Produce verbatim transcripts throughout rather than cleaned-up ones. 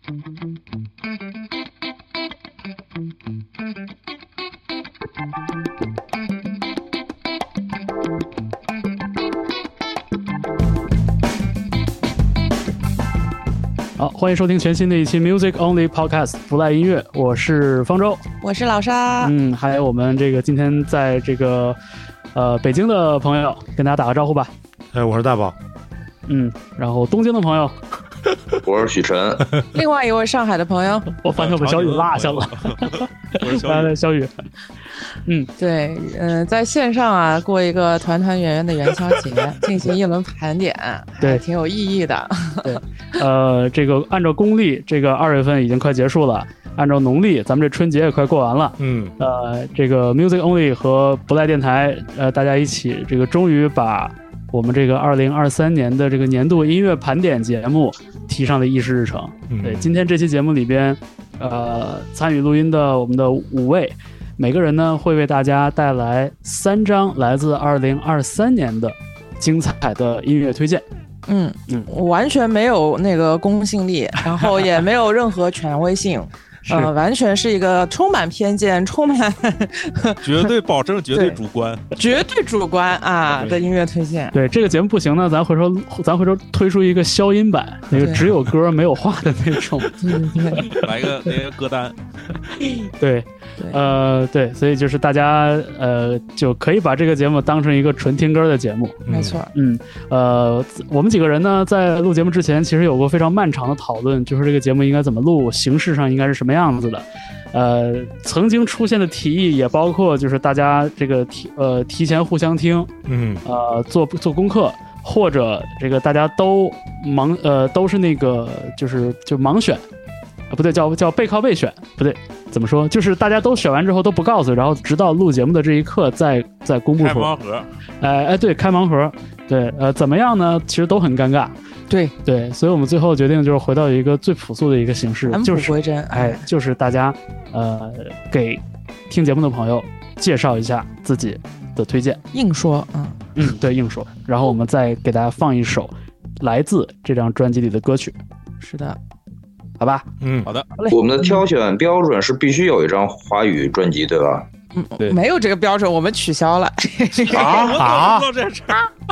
好，欢迎收听全新的一期 Music Only Podcast 不赖音乐，我是方舟， 我是老沙， 嗯，还有我们这个今天在这个呃北京的朋友，跟大家打个招呼吧。 哎，我是大宝。 嗯，然后东京的朋友， 我是许晨。 另外一位上海的朋友， 我发现我小雨落下了， 我是小雨。 小雨，嗯， 对，嗯、呃，在线上啊过一个团团圆圆的元宵节，进行一轮盘点， 对， 挺有意义的。 对，呃，这个按照公历，这个二月份已经快结束了。按照农历，咱们这春节也快过完了。 嗯， 呃，这个 Music Only 和不赖电台，呃，大家一起，这个终于把我们这个二零二三年的这个年度音乐盘点节目提上了议事日程。 嗯、 对，今天这期节目里边，呃，参与录音的我们的五位，每个人呢会为大家带来三张来自二零二三年的精彩的音乐推荐。 嗯嗯，完全没有那个公信力，然后也没有任何权威性。呃，完全是一个充满偏见、充满绝对保证、绝对主观、 绝对主观啊的音乐推荐。 对，这个节目不行呢，咱回头咱回头推出一个消音版，那个只有歌没有话的那种， 来个那个歌单。 对，呃，对，所以就是大家呃就可以把这个节目当成一个纯听歌的节目。 没错。 嗯，呃，我们几个人呢，在录节目之前，其实有过非常漫长的讨论，就是这个节目应该怎么录，形式上应该是什么样子的。呃，曾经出现的提议也包括就是大家这个提呃提前互相听， 嗯， 呃做做功课，或者这个大家都盲呃都是那个就是就盲选，啊不对，叫叫背靠背选，不对，怎么说？就是大家都选完之后都不告诉，然后直到录节目的这一刻再再公布出来。 开盲盒， 哎哎，对，开盲盒，对，呃，怎么样呢？其实都很尴尬。 对对，所以我们最后决定就是回到一个最朴素的一个形式，就是哎，就是大家呃给听节目的朋友介绍一下自己的推荐， 硬说，嗯嗯，对，硬说，然后我们再给大家放一首来自这张专辑里的歌曲。 是的， 好吧， 嗯，好的。 我们的挑选标准是必须有一张华语专辑，对吧？ 嗯，对，没有这个标准，我们取消了。 啊啊！这事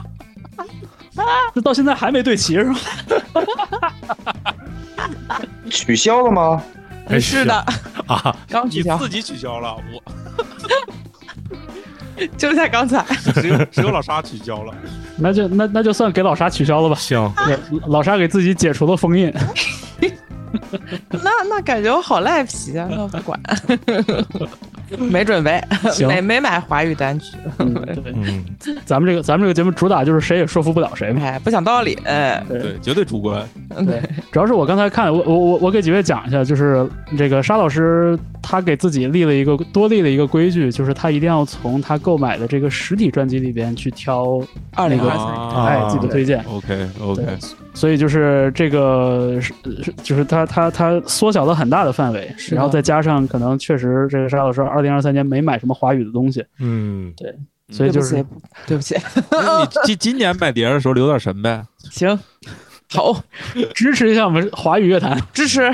这到现在还没对齐是吧？ 取消了吗？ 是的啊， 刚取消， 你自己取消了，我就在刚才， 只有只有老沙取消了， 那就那那就算给老沙取消了吧。 行， 老沙给自己解除了封印。 那那感觉我好赖皮啊！那不管，没准备，没没买华语单曲。 嗯，对，嗯，咱们这个咱们这个节目主打就是谁也说服不了谁嘛， 哎，不讲道理，哎， 对，绝对主观。 对，主要是我刚才看，我我我我给几位讲一下，就是这个沙老师他给自己立了一个多立了一个规矩，就是他一定要从他购买的这个实体专辑里边去挑二零二三哎自己的推荐。 OK OK。 所以就是这个，就是他他他缩小了很大的范围，然后再加上可能确实这个沙老师二零二三年没买什么华语的东西， 嗯， 对，所以就是对不起， 你今今年买碟的时候留点神呗。 行，好， 支持一下我们华语乐坛， 支持。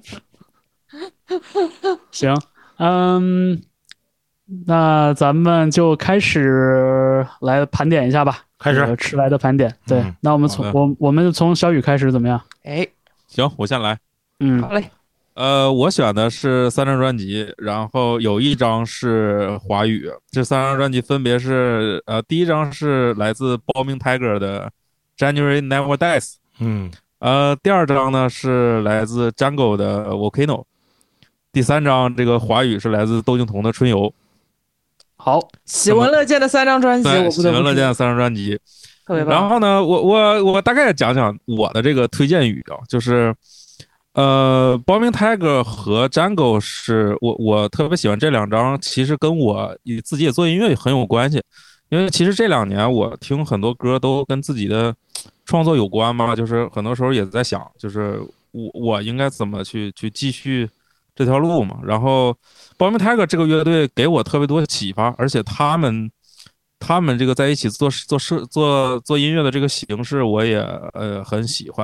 行，嗯，那咱们就开始来盘点一下吧。 开始迟来的盘点，对，嗯、那我们从我我们从小雨开始怎么样？ 哎， 行，我先来。 嗯， 好嘞。 呃，我选的是三张专辑，然后有一张是华语。这三张专辑分别是，呃，第一张是来自 Bombing Tiger 的 January Never Dies， 嗯， 呃，第二张呢是来自 Django 的 Volcano， 第三张这个华语是来自窦靖童的春游。 好， 喜闻乐见的三张专辑，我喜闻乐见的三张专辑， 特别棒。 然后呢，我我我大概讲讲我的这个推荐语啊，就是，呃 ，Bombing Tiger 和 Django 是我我特别喜欢这两张，其实跟我自己也做音乐很有关系，因为其实这两年我听很多歌都跟自己的创作有关嘛，就是很多时候也在想，就是我我应该怎么去去继续这条路嘛。然后 Bombing Tiger 这个乐队给我特别多的启发，而且他们他们这个在一起做做做做音乐的这个形式我也呃很喜欢。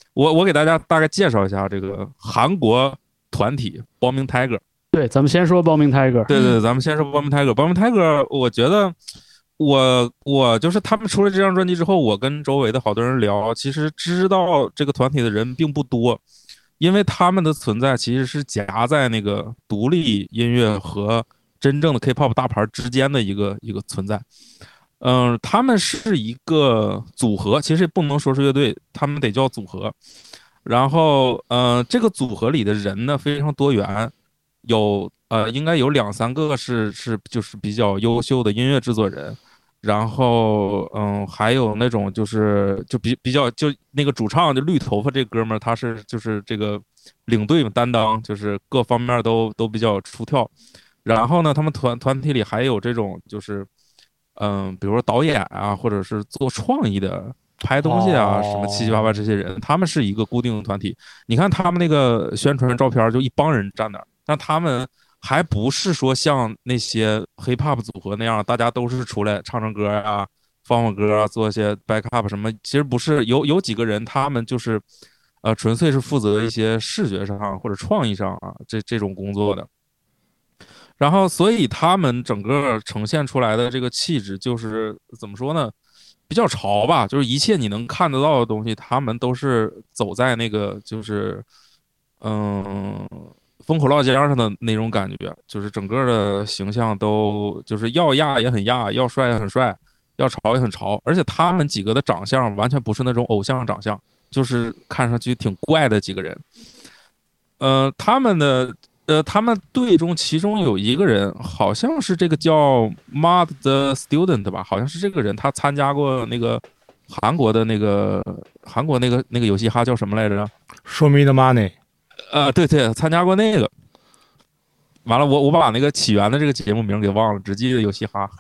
我我给大家大概介绍一下这个韩国团体光明 Tiger。 对，咱们先说光明 Tiger。 对对对，咱们先说光明 Tiger。光明 Tiger， 我觉得我我就是他们出了这张专辑之后，我跟周围的好多人聊，其实知道这个团体的人并不多，因为他们的存在其实是夹在那个独立音乐和真正的 K-pop 大牌之间的一个一个存在。嗯、呃，他们是一个组合，其实不能说是乐队，他们得叫组合。然后，呃，这个组合里的人呢非常多元，有呃应该有两三个是是就是比较优秀的音乐制作人，然后嗯、呃、还有那种就是就比比较就那个主唱就绿头发这哥们儿，他是就是这个领队担当，就是各方面都都比较出挑。然后呢，他们团团体里还有这种就是嗯、呃，比如说导演啊，或者是做创意的。拍东西啊，什么七七八八这些人，他们是一个固定的团体。你看他们那个宣传照片，就一帮人站那儿，但他们还不是说像那些 hip-hop 组合那样，大家都是出来唱唱歌啊、放放歌啊、做一些 backup 什么。其实不是，有有几个人，他们就是呃，纯粹是负责一些视觉上或者创意上啊这这种工作的。然后，所以他们整个呈现出来的这个气质，就是怎么说呢？比较潮吧，就是一切你能看得到的东西，他们都是走在那个就是嗯风口浪尖上的那种感觉，就是整个的形象都就是要亚也很亚，要帅也很帅，要潮也很潮，而且他们几个的长相完全不是那种偶像长相，就是看上去挺怪的几个人。呃，他们的呃，他们队中其中有一个人好像是这个叫 Mud the Student 吧，好像是这个人，他参加过那个韩国的那个韩国那个那个游戏哈叫什么来着 ？Show me the money。 呃，对对，参加过那个。完了，我我把那个起源的这个节目名给忘了，只记得游戏哈。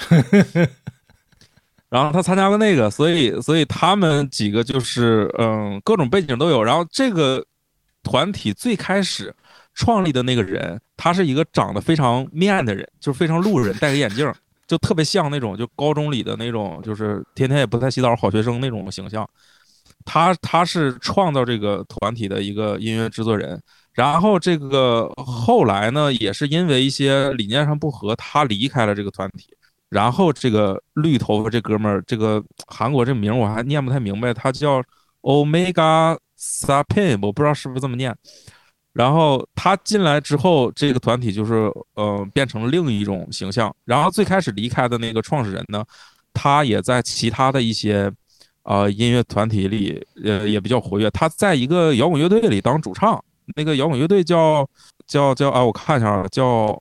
然后他参加过那个，所以所以他们几个就是嗯各种背景都有。然后这个团体最开始创立的那个人，他是一个长得非常面的人，就是非常路人，戴个眼镜，就特别像那种就高中里的那种，就是天天也不太洗澡好学生那种形象。他他是创造这个团体的一个音乐制作人，然后这个后来呢，也是因为一些理念上不合，他离开了这个团体。然后这个绿头发这哥们儿，这个韩国这名我还念不太明白，他叫 Omega Sapin， 我不知道是不是这么念。然后他进来之后，这个团体就是呃变成了另一种形象。然后最开始离开的那个创始人呢，他也在其他的一些呃音乐团体里呃也比较活跃。他在一个摇滚乐队里当主唱，那个摇滚乐队叫叫叫啊，我看一下啊，叫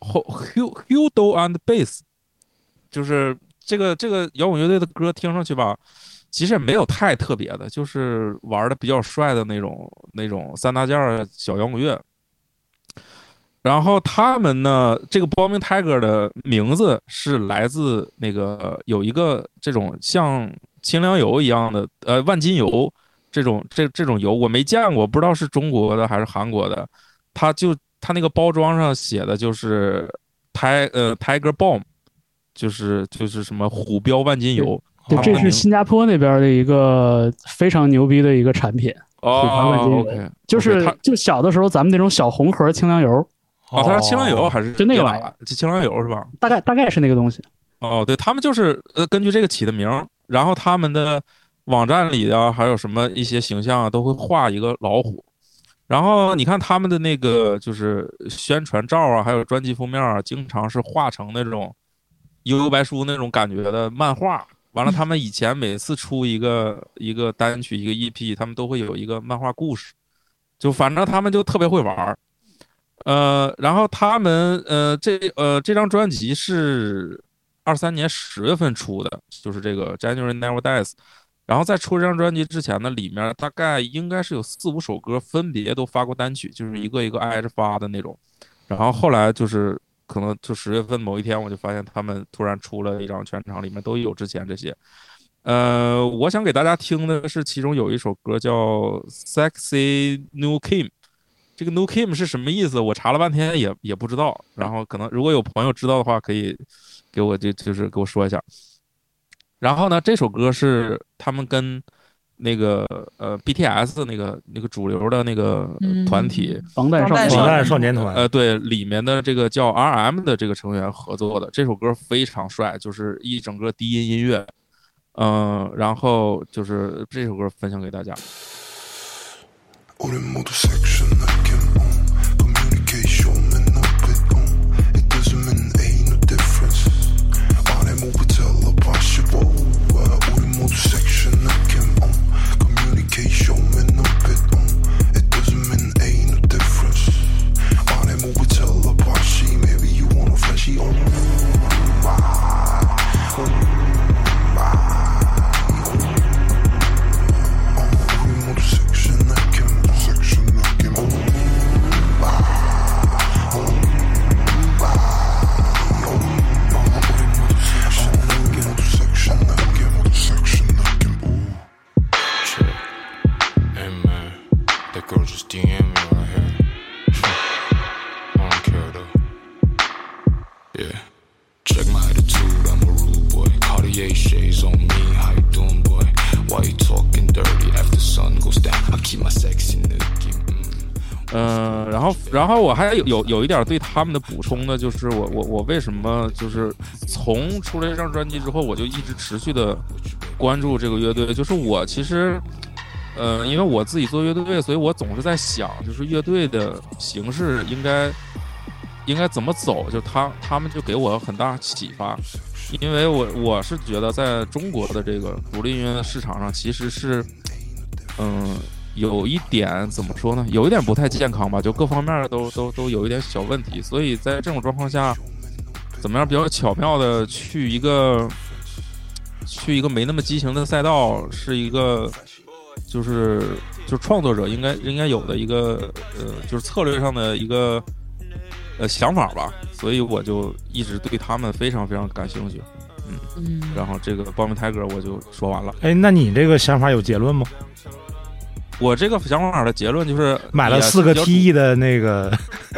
Hudo and Bass， 就是这个这个摇滚乐队的歌听上去吧。其实也没有太特别的，就是玩的比较帅的那种那种三大件小摇滚乐。然后他们呢，这个光明 Tiger 的名字是来自那个有一个这种像清凉油一样的呃万金油这种这这种油，我没见过，不知道是中国的还是韩国的。它就它那个包装上写的就是 Ti 呃 Tiger Bomb， 就是就是什么虎标万金油。 对，这是新加坡那边的一个非常牛逼的一个产品。 哦 ，OK， 就是就小的时候咱们那种小红盒清凉油。 哦，它是清凉油还是就那个玩意儿？ 清凉油是吧？ 大概大概是那个东西。 哦，对，他们就是呃根据这个起的名，然后他们的网站里啊，还有什么一些形象啊，都会画一个老虎。然后你看他们的那个就是宣传照啊，还有专辑封面啊，经常是画成那种悠悠白书那种感觉的漫画。完了，他们以前每次出一个一个单曲一个 E P， 他们都会有一个漫画故事，就反正他们就特别会玩。呃，然后他们呃这呃这张专辑是二三年十月份出的，就是这个 January Never Dies。然后在出这张专辑之前呢，里面大概应该是有四五首歌分别都发过单曲，就是一个一个挨着发的那种。然后后来就是可能就十月份某一天，我就发现他们突然出了一张全场，里面都有之前这些。呃，我想给大家听的是其中有一首歌叫 Sexy New Kim。这个 New Kim 是什么意思？我查了半天也也不知道。然后可能如果有朋友知道的话，可以给我就就是给我说一下。然后呢，这首歌是他们跟那个呃 B T S 那个那个主流的那个团体、 嗯、防弹少年防弹少年团， 呃对，里面的这个叫 R M 的这个成员合作的，这首歌非常帅，就是一整个低音音乐，嗯、呃，然后就是这首歌分享给大家。嗯，然后，然后我还有有有一点对他们的补充的，就是我我我为什么就是从出了这张专辑之后，我就一直持续的关注这个乐队，就是我其实，呃，因为我自己做乐队，所以我总是在想，就是乐队的形式应该应该怎么走，就他他们就给我很大启发，因为我我是觉得在中国的这个独立音乐市场上，其实是，嗯。有一点怎么说呢？有一点不太健康吧，就各方面都都都有一点小问题，所以在这种状况下，怎么样比较巧妙的去一个去一个没那么激情的赛道，是一个就是就是创作者应该应该有的一个呃就是策略上的一个呃想法吧，所以我就一直对他们非常非常感兴趣，嗯嗯，然后这个报名泰戈我就说完了。 哎，那你这个想法有结论吗？ 我这个想法的结论就是买了四个 T E 的那个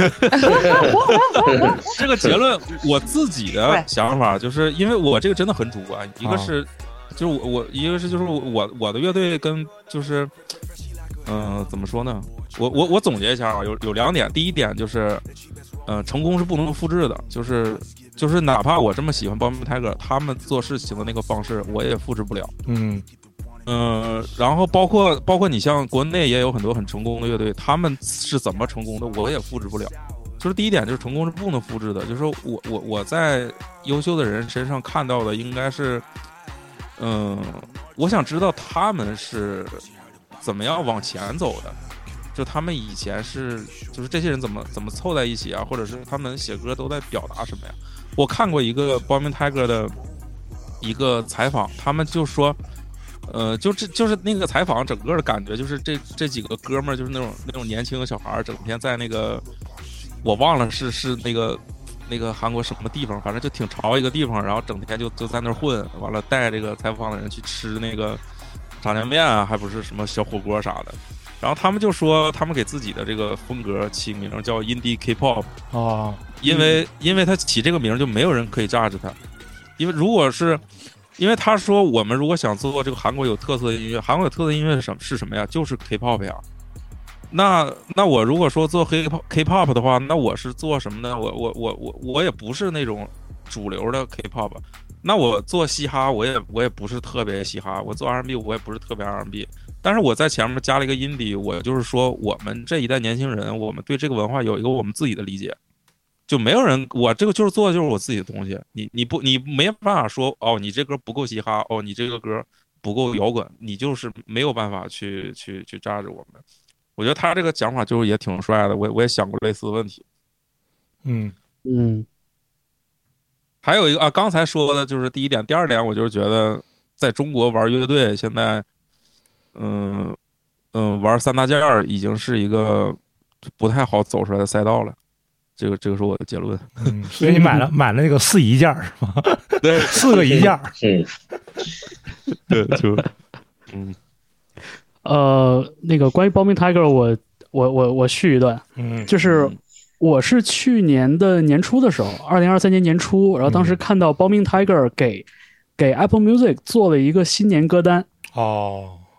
这个结论我自己的想法就是因为我这个真的很主观，一个是就是我我一个是就是我我的乐队跟就是嗯、呃、怎么说呢，我我我总结一下啊，有有两点，第一点就是呃成功是不能复制的，就是就是哪怕我这么喜欢报名泰戈他们做事情的那个方式我也复制不了， 嗯嗯、呃，然后包括包括你像国内也有很多很成功的乐队，他们是怎么成功的，我也复制不了。就是第一点，就是成功是不能复制的。就是我我我在优秀的人身上看到的，应该是，嗯、呃，我想知道他们是怎么样往前走的。就他们以前是，就是这些人怎么怎么凑在一起啊，或者是他们写歌都在表达什么呀？我看过一个报名泰戈的一个采访，他们就说。呃，就这就是那个采访，整个的感觉就是这这几个哥们儿，就是那种那种年轻的小孩儿，整天在那个我忘了是是那个那个韩国什么地方，反正就挺潮一个地方，然后整天就就在那儿混，完了带这个采访的人去吃那个炸酱面啊，还不是什么小火锅啥的。然后他们就说，他们给自己的这个风格起名叫 Indie K-pop 哦， 因为因为他起这个名就没有人可以榨着他，因为如果是。因为他说，我们如果想做这个韩国有特色的音乐，韩国有特色音乐是什么？是什么呀？就是 K-pop 呀。那那我如果说做 K-pop 的话，那我是做什么呢？我我我我我也不是那种主流的 K-pop。那我做嘻哈，我也我也不是特别嘻哈。我做 R and B， 我也不是特别 R and B。但是我在前面加了一个 indie， 我就是说，我们这一代年轻人，我们对这个文化有一个我们自己的理解。就没有人，我这个就是做的就是我自己的东西，你你不你没办法说哦，你这歌不够嘻哈，哦，你这个歌不够摇滚，你就是没有办法去去去榨着我们。我觉得他这个讲法就是也挺帅的，我我也想过类似的问题。 嗯嗯， 还有一个啊，刚才说的就是第一点，第二点，我就是觉得在中国玩乐队现在，嗯嗯，玩三大件儿已经是一个不太好走出来的赛道了。这个这个是我的结论。 嗯，所以你买了买了那个四一件是吗？ 对， 四个一件。 嗯， 对，就嗯呃，那个关于报名 Tiger， 我我我我续一段， 嗯， 就是我是去年的年初的时候，二零二三年年初，然后当时看到报名 Tiger 给给 Apple Music 做了一个新年歌单。 哦，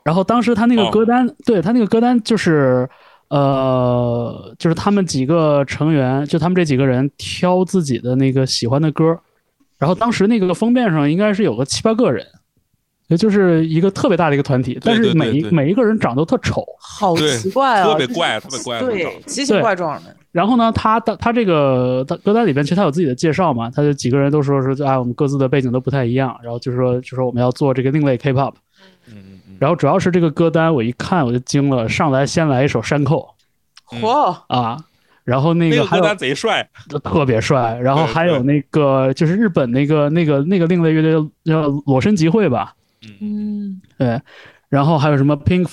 然后当时他那个歌单，哦、对他那个歌单就是呃，就是他们几个成员，就他们这几个人挑自己的那个喜欢的歌，然后当时那个封面上应该是有个七八个人。也就是一个特别大的一个团体，但是每一每一个人长得都特丑， 好奇怪啊， 特别怪，特别怪， 对，奇形怪状的。 然后呢，他他这个歌单里边其实他有自己的介绍嘛，他就几个人都说是啊，我们各自的背景都不太一样，然后就说就说我们要做这个另类 K-pop， 嗯嗯，然后主要是这个歌单我一看我就惊了，上来先来一首山口， 嚯、 嗯、啊！然后那个歌单贼帅， 特别帅。然后还有那个就是日本那个那个那个另类乐队叫裸身集会吧。 嗯， 对，然后还有什么 Pink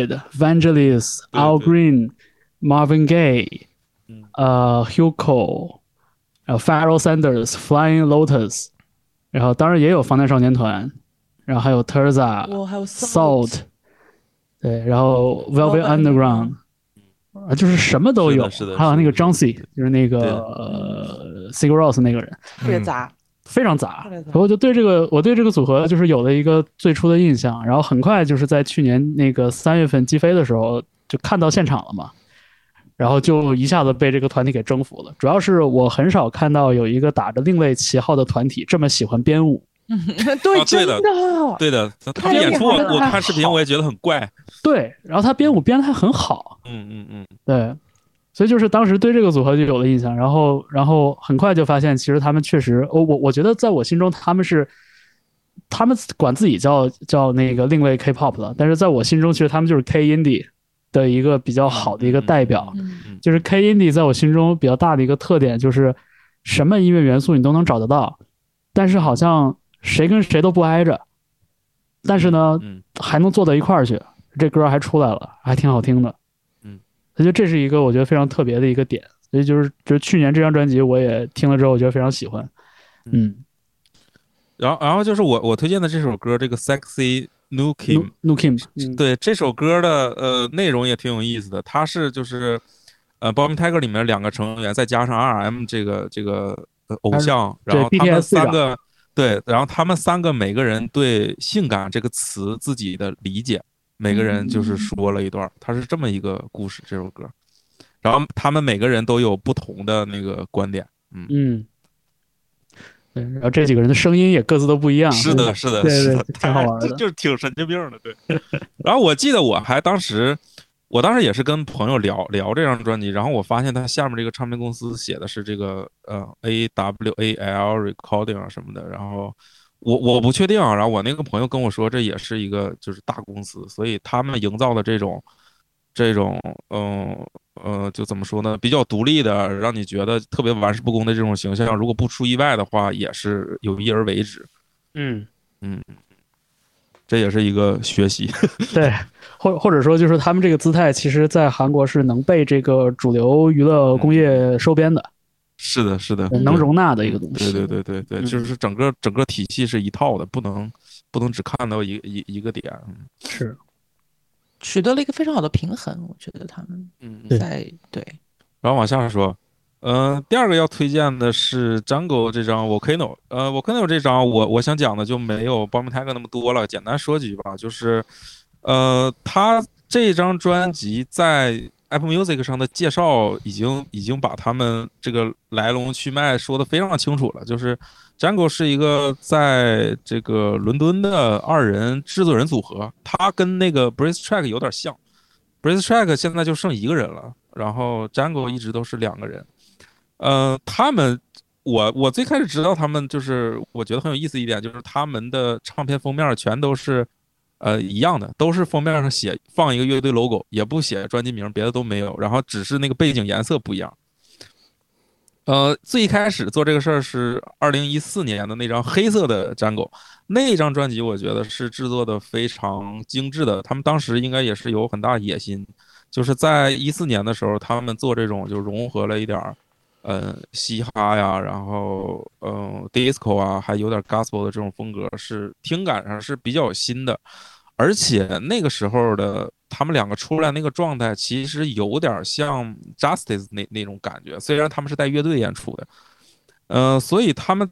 Floyd、Vangelis、Al Green、Marvin Gaye， 呃 Hugo， 然后 Pharoah Sanders、Flying Lotus， 然后当然也有防弹少年团，然后还有 Terza， 还有 Salt， 对，然后 Velvet Underground， 啊，就是什么都有，还有那个 Johnsy， 就是那个呃 Sigur Rós 那个人， 特别杂。嗯非常杂，然后就对这个，我对这个组合就是有了一个最初的印象，然后很快就是在去年那个三月份击飞的时候就看到现场了嘛，然后就一下子被这个团体给征服了。主要是我很少看到有一个打着另类旗号的团体这么喜欢编舞。 对、 啊，对的，对的，他们演出我我看视频我也觉得很怪。 对，然后他编舞编得还很好。 嗯嗯嗯， 对。所以就是当时对这个组合就有了印象，然后然后很快就发现，其实他们确实，我我我觉得在我心中他们是，他们管自己叫叫那个另类 K-pop 的，但是在我心中其实他们就是 K-indie 的一个比较好的一个代表， 嗯、 就是 K-indie 在我心中比较大的一个特点就是什么音乐元素你都能找得到，但是好像谁跟谁都不挨着，但是呢还能坐到一块儿去，这歌还出来了，还挺好听的。所以这是一个我觉得非常特别的一个点，所以就是就是去年这张专辑我也听了之后，我觉得非常喜欢。嗯， 然后然后就是我我推荐的这首歌，这个 Sexy Nukim Nukim， 对这首歌的呃内容也挺有意思的，它是就是呃 Bombing Tiger 里面两个成员再加上 R M 这个这个、呃、偶像，然后他们三个对，然后他们三个每个人对性感这个词自己的理解。每个人就是说了一段，它是这么一个故事，这首歌，然后他们每个人都有不同的那个观点，嗯嗯，对，然后这几个人的声音也各自都不一样， 是的，是的， 是的， 挺好玩的， 就是挺神经病的，对。然后我记得我还当时，我当时也是跟朋友聊聊这张专辑，然后我发现它下面这个唱片公司写的是这个呃 A W A L Recording 啊什么的，然后。我我不确定啊，然后我那个朋友跟我说，这也是一个就是大公司，所以他们营造的这种这种嗯 呃, 呃就怎么说呢，比较独立的，让你觉得特别玩世不恭的这种形象，如果不出意外的话，也是有意而为之。 嗯嗯，这也是一个学习。 对，或或者说就是他们这个姿态，其实在韩国是能被这个主流娱乐工业收编的。 是的，是的， 能容纳的一个东西。 对对对对对，嗯、就是整个整个体系是一套的，不能不能只看到一一一个点。 是取得了一个非常好的平衡，我觉得他们嗯在对。 然后往下说，嗯、呃，第二个要推荐的是 Jungle 这张 Volcano， 呃 ，Volcano 这张我我想讲的就没有 Bombing Tiger 那么多了，简单说几句吧，就是呃，他这张专辑在。Apple Music 上的介绍已经已经把他们这个来龙去脉说得非常清楚了，就是 Django 是一个在这个伦敦的二人制作人组合，他跟那个 Brace Track 有点像 ，Brace Track 现在就剩一个人了，然后 Django 一直都是两个人，呃，他们我我最开始知道他们就是我觉得很有意思一点，就是他们的唱片封面全都是。呃，一样的，都是封面上写放一个乐队 logo， 也不写专辑名，别的都没有，然后只是那个背景颜色不一样。呃，最开始做这个事儿是二零一四年的那张黑色的 Django， 那张专辑我觉得是制作的非常精致的，他们当时应该也是有很大野心，就是在一四年的时候，他们做这种就融合了一点呃嘻哈呀，然后呃 disco 啊，还有点 gospel 的这种风格，是听感上是比较新的。而且那个时候的他们两个出来那个状态，其实有点像 Justice 那那种感觉，虽然他们是带乐队演出的，呃，所以他们在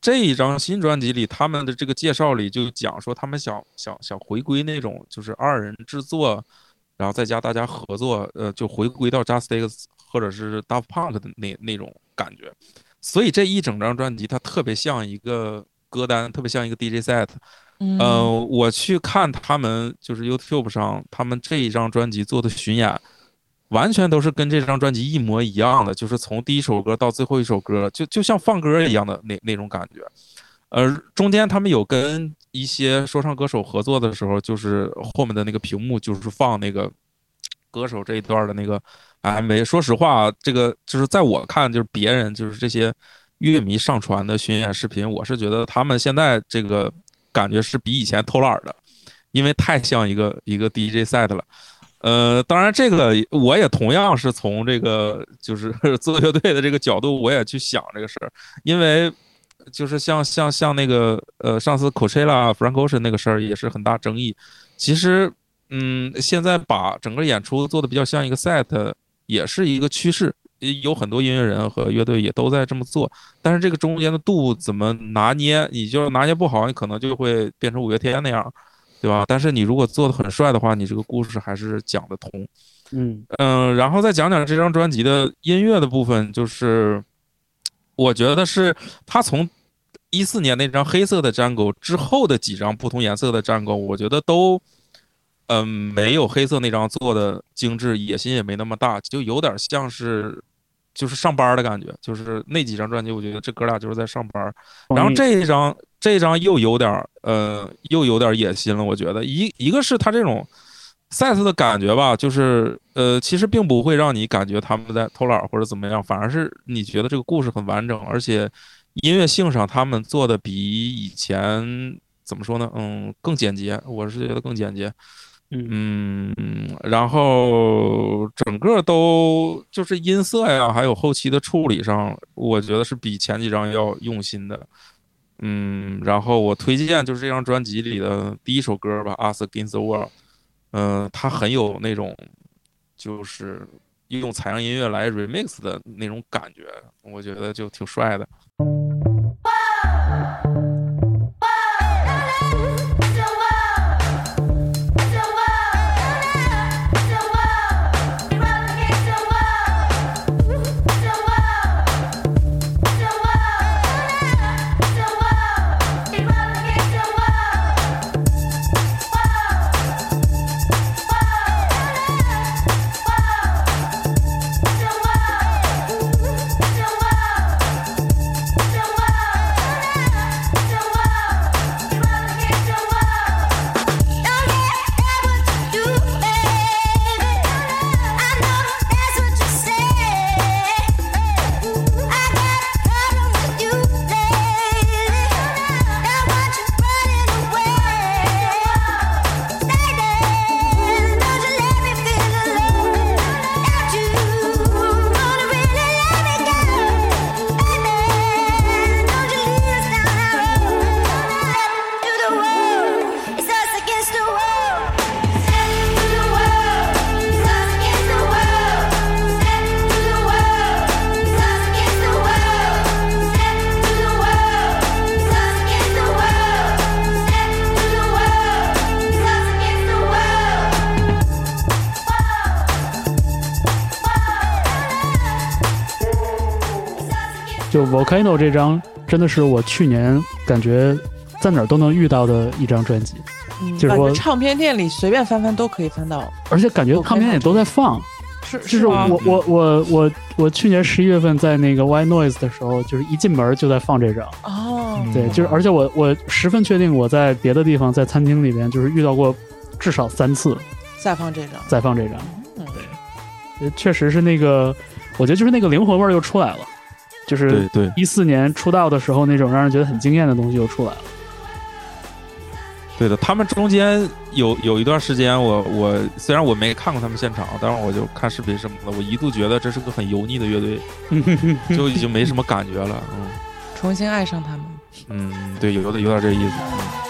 这一张新专辑里，他们的这个介绍里就讲说，他们想想想回归那种就是二人制作，然后再加大家合作，呃，就回归到 Just X 或者是 Daft Punk 的那那种感觉。所以这一整张专辑它特别像一个歌单，特别像一个 D J set。 嗯、 呃，我去看他们就是 YouTube 上他们这一张专辑做的巡演，完全都是跟这张专辑一模一样的，就是从第一首歌到最后一首歌，就就像放歌一样的那那种感觉。呃，中间他们有跟一些说唱歌手合作的时候，就是后面的那个屏幕就是放那个歌手这一段的那个 M V。说实话，这个就是在我看，就是别人就是这些乐迷上传的巡演视频，我是觉得他们现在这个感觉是比以前偷懒的，因为太像一个一个 D J set 了。呃，当然这个我也同样是从这个就是做乐队的这个角度，我也去想这个事儿，因为就是像像像那个呃上次 Coachella、Frank Ocean 那个事儿也是很大争议。其实嗯，现在把整个演出做的比较像一个 set， 也是一个趋势，有很多音乐人和乐队也都在这么做，但是这个中间的度怎么拿捏，你就拿捏不好，你可能就会变成五月天那样，对吧？但是你如果做的很帅的话，你这个故事还是讲得通。 嗯嗯、呃，然后再讲讲这张专辑的音乐的部分，就是我觉得是他从一四年那张黑色的战狗之后的几张不同颜色的战狗，我觉得都嗯、呃、没有黑色那张做的精致，野心也没那么大，就有点像是就是上班的感觉，就是那几张专辑我觉得这哥俩就是在上班。然后这一张这一张又有点呃又有点野心了，我觉得一一个是他这种set 的感觉吧，就是呃其实并不会让你感觉他们在偷懒或者怎么样，反而是你觉得这个故事很完整，而且音乐性上他们做的比以前怎么说呢，嗯更简洁，我是觉得更简洁。嗯，然后整个都就是音色呀，还有后期的处理上，我觉得是比前几张要用心的。嗯，然后我推荐就是这张专辑里的第一首歌吧，《Us Against the World》。嗯、呃，它很有那种就是用采样音乐来 remix 的那种感觉，我觉得就挺帅的。 就 Volcano 这张真的是我去年感觉在哪儿都能遇到的一张专辑， 嗯、 就是说唱片店里随便翻翻都可以翻到， 而且感觉唱片也都在放。 是， 就是我我我我我去年十一月份在那个 White Noise 的时候，就是一进门就在放这张。 哦， 对，就是而且我我十分确定我在别的地方在餐厅里边就是遇到过至少三次再放这张， 再放这张。 嗯， 对，确实是那个，我觉得就是那个灵魂味儿又出来了。就是一四年出道的时候那种让人觉得很惊艳的东西又出来了。 对的，他们中间有有一段时间我，我我虽然我没看过他们现场，但是我就看视频什么的，我一度觉得这是个很油腻的乐队，就已经没什么感觉了。嗯， 重新爱上他们。 嗯，对，有点有点这意思。嗯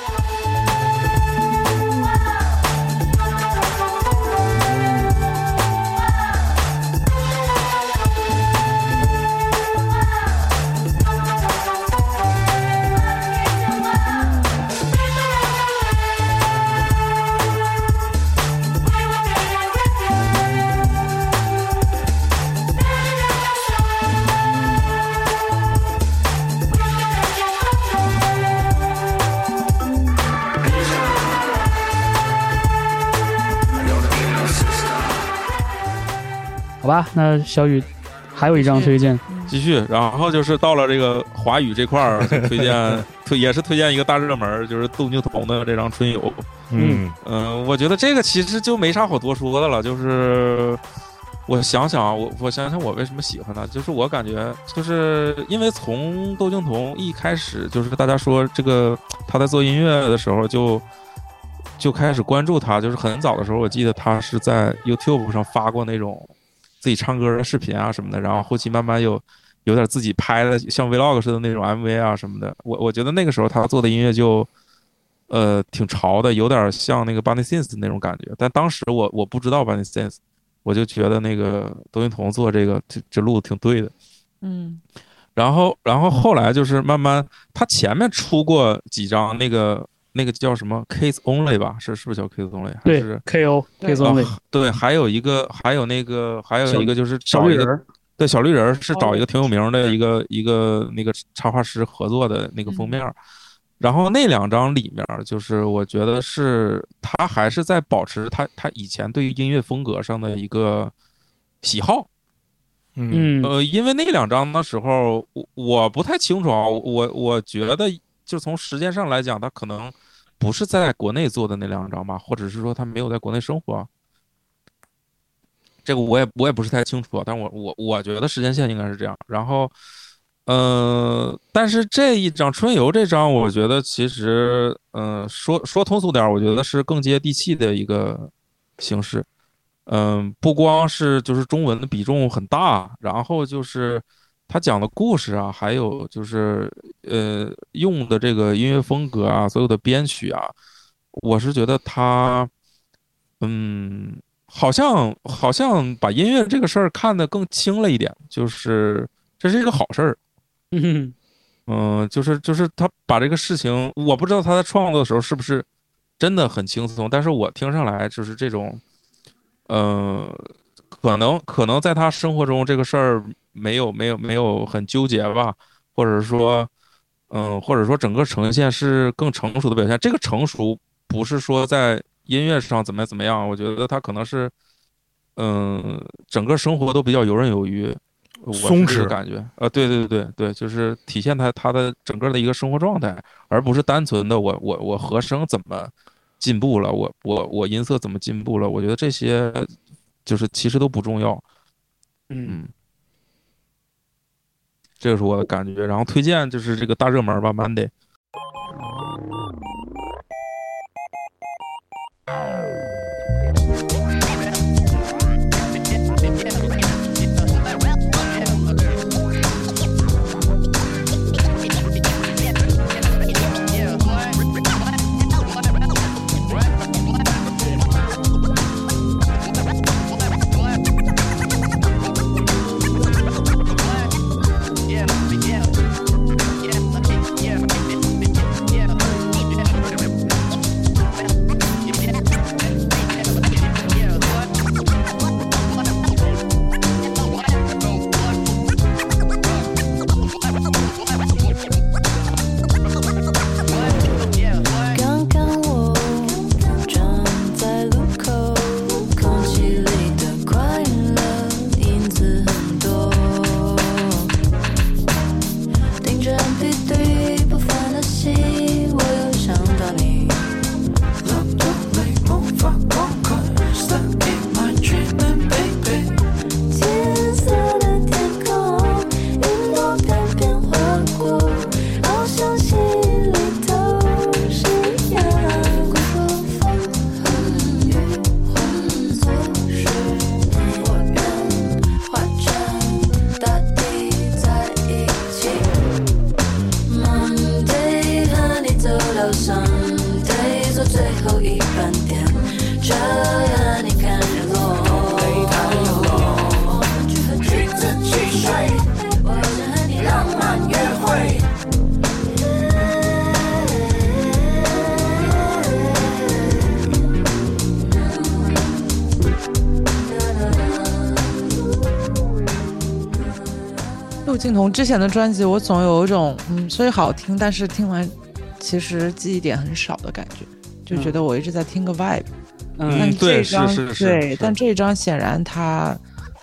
好吧，那小雨还有一张推荐， 继续，然后就是到了这个华语这块儿，推荐推也是推荐一个大热门，就是窦靖童的这张《春游》。 嗯嗯、呃，我觉得这个其实就没啥好多说的了，就是我想想，我我想想我为什么喜欢他，就是我感觉就是因为从窦靖童一开始，就是大家说这个他在做音乐的时候就就开始关注他，就是很早的时候，我记得他是在 YouTube 上发过那种自己唱歌的视频啊什么的，然后后期慢慢有有点自己拍的像 Vlog 似的那种 M V 啊什么的，我我觉得那个时候他做的音乐就呃挺潮的，有点像那个 Bunny Sins 那种感觉，但当时我我不知道 Bunny Sins， 我就觉得那个窦靖童做这个这这路挺对的， 嗯， 然后然后后来就是慢慢他前面出过几张那个。那个叫什么 Kids Only 吧，是是不是叫 Kids Only？ 还对是 K O Kids Only，、 啊、对，还有一个还有那个还有一个就是找一个小绿人， 对小绿人是找一个挺有名的一个一个那个插画师合作的那个封面，嗯、然后那两张里面就是我觉得是他还是在保持他他以前对于音乐风格上的一个喜好。 嗯呃，因为那两张的时候我我不太清楚啊，我我觉得。就从时间上来讲，他可能不是在国内做的那两张吧，或者是说他没有在国内生活、啊，这个我也我也不是太清楚、啊，但我我我觉得时间线应该是这样。然后，呃，但是这一张春游这张，我觉得其实，嗯、呃，说说通俗点，我觉得是更接地气的一个形式。嗯、呃，不光是就是中文的比重很大，然后就是。他讲的故事啊，还有就是呃用的这个音乐风格啊，所有的编曲啊，我是觉得他嗯好像好像把音乐这个事儿看得更轻了一点，就是这是一个好事儿。 嗯嗯，就是就是他把这个事情，我不知道他在创作的时候是不是真的很轻松，但是我听上来就是这种，呃，可能可能在他生活中这个事儿。没有没有没有很纠结吧，或者说，嗯，或者说整个呈现是更成熟的表现。这个成熟不是说在音乐上怎么怎么样，我觉得他可能是，嗯，整个生活都比较游刃有余， 松弛感觉。呃，对对对对对，就是体现他他的整个的一个生活状态，而不是单纯的我我我和声怎么进步了，我我我音色怎么进步了。我觉得这些就是其实都不重要。嗯。这个是我的感觉，然后推荐就是这个大热门吧 ，Monday。 窦靖童之前的专辑，我总有一种嗯，虽好听，但是听完其实记忆点很少的感觉，就觉得我一直在听个 vibe。 嗯， 但这对， 张是是是， 对，但这张显然他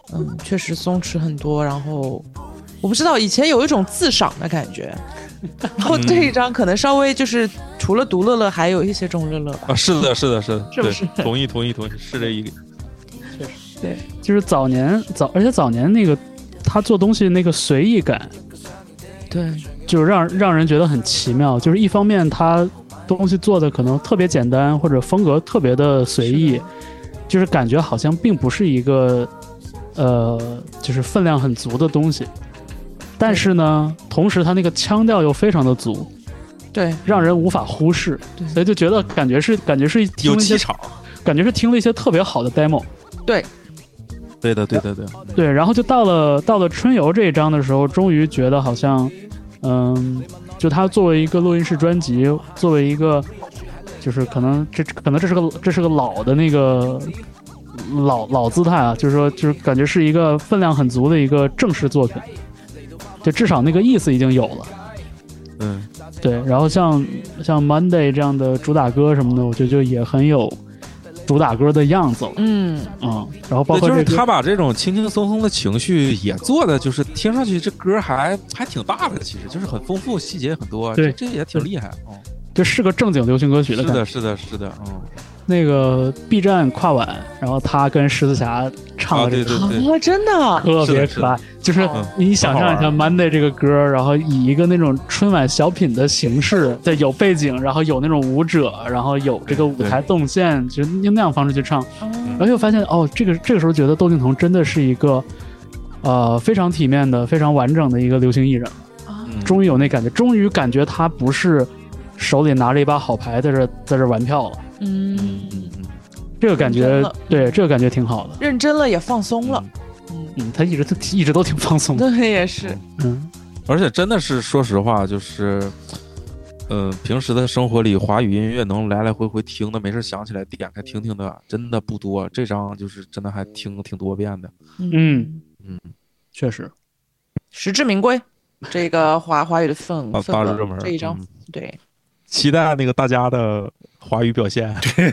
嗯，确实松弛很多。然后我不知道以前有一种自赏的感觉，然后这一张可能稍微就是除了独乐乐，还有一些众乐乐吧。 啊，是的，是的，是的， 是不是？ 同意，同意，同意，是这一个。 确实，对，就是早年早，而且早年那个他做东西那个随意感， 对， 就是让让人觉得很奇妙。就是一方面他东西做的可能特别简单，或者风格特别的随意，就是感觉好像并不是一个呃，就是分量很足的东西。但是呢，同时他那个腔调又非常的足， 对， 让人无法忽视，所以就觉得感觉是感觉是听了一些有气场， 感觉是听了一些特别好的 demo。 对， 对的，对的，对的， 对。然后就到了到了春游这一章的时候，终于觉得好像，嗯，就他作为一个录音室专辑，作为一个，就是可能这可能这是个这是个老的那个老老姿态啊，就是说就是感觉是一个分量很足的一个正式作品，就至少那个意思已经有了。 嗯， 对。然后像像 Monday 这样的主打歌什么的，我觉得就也很有主打歌的样子了。 嗯嗯，然后包括、这个、 就是他把这种轻轻松松的情绪也做的，就是听上去这歌还还挺大的，其实就是很丰富，细节很多， 对， 这, 这也挺厉害。哦， 这是个正经流行歌曲的感觉。 是的，是的，是的，嗯。 那个 B 站跨晚，然后他跟狮子侠唱的这个， 啊、对对对哦，真的特别可爱。就是你想象一下 Monday 这个歌，然后以一个那种春晚小品的形式，对，有背景，然后有那种舞者，然后有这个舞台动线，就用那样方式去唱。然后又发现哦，这个这个时候觉得窦靖童真的是一个呃非常体面的、非常完整的一个流行艺人了。 嗯、 终于有那感觉，终于感觉他不是手里拿着一把好牌在这在这玩票了。 嗯， 这个感觉，对，这个感觉挺好的， 认真了也放松了。 嗯，嗯他一直一直都挺放松的， 对，也是。 嗯， 而且真的是说实话，就是，嗯、呃，平时的生活里华语音乐能来来回回听的，没事想起来点开听听的，真的不多。这张就是真的还听挺多遍的。 嗯嗯，确实， 实至名归。这个华华语的氛啊，大热门这一张， 嗯、 对。 期待那个大家的华语表现。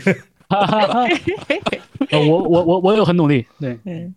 我我我我有很努力，对。 嗯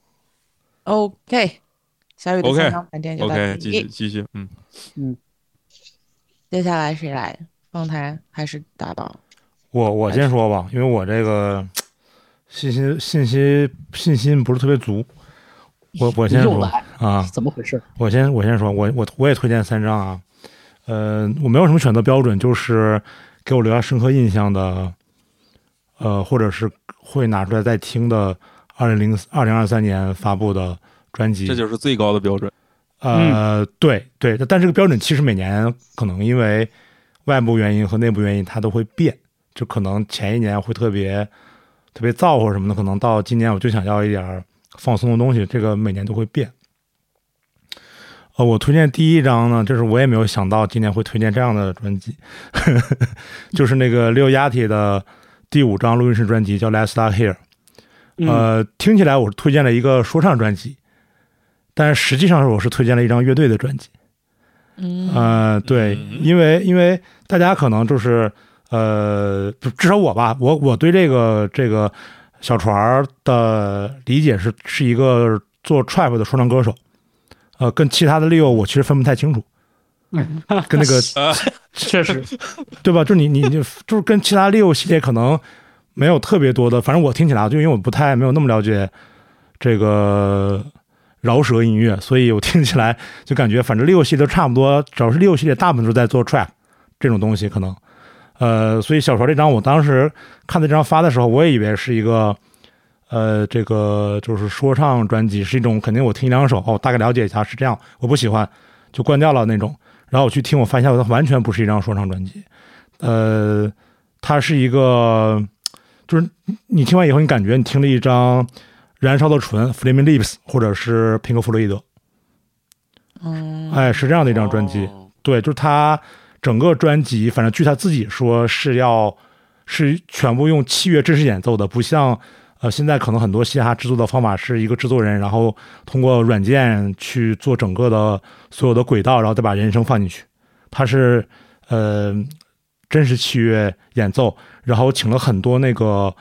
OK， 小雨的三张盘点就到这里。 OK， 继续继续，嗯嗯。 接下来谁来？方台还是大宝？ 我我先说吧，因为我这个信息信息信心不是特别足。我我先说啊， 怎么回事？ 我先我先说，我我我也推荐三张啊。呃，我没有什么选择标准，就是给我留下深刻印象的，呃，或者是会拿出来再听的，二零零二零二三年发布的专辑， 这就是最高的标准。 呃，嗯、对对，但这个标准其实每年可能因为外部原因和内部原因，它都会变。就可能前一年会特别特别燥或者什么的，可能到今年我就想要一点放松的东西，这个每年都会变。呃，我推荐第一张呢，就是我也没有想到今年会推荐这样的专辑，呵呵就是那个Lil Yachty的第五张录音室专辑叫 Let's Start Here。呃，嗯、听起来我是推荐了一个说唱专辑，但是实际上我是推荐了一张乐队的专辑。 嗯， 呃，对，因为因为大家可能就是呃，至少我吧，我我对这个这个小船的理解是是一个做 trap 的说唱歌手。呃，跟其他的Leo我其实分不太清楚，跟那个确实， 对吧？就你你就就是跟其他Leo系列可能没有特别多的，反正我听起来就因为我不太没有那么了解这个饶舌音乐，所以我听起来就感觉反正Leo系列都差不多，只要是Leo系列大部分都在做 trap 这种东西，可能呃，所以小船这张我当时看这张发的时候，我也以为是一个。呃，这个就是说唱专辑，是一种肯定我听两首哦，大概了解一下是这样，我不喜欢就关掉了那种。然后我去听，我发现它完全不是一张说唱专辑，呃，它是一个，就是你听完以后，你感觉你听了一张《燃烧的唇》（Flaming Lips） 或者是平克·弗洛伊德， 嗯， 哎，是这样的一张专辑。哦、对，就是他整个专辑，反正据他自己说是要是全部用器乐真实演奏的，不像。呃，现在可能很多嘻哈制作的方法是一个制作人，然后通过软件去做整个的所有的轨道，然后再把人声放进去。他是呃真实器乐演奏，然后请了很多那个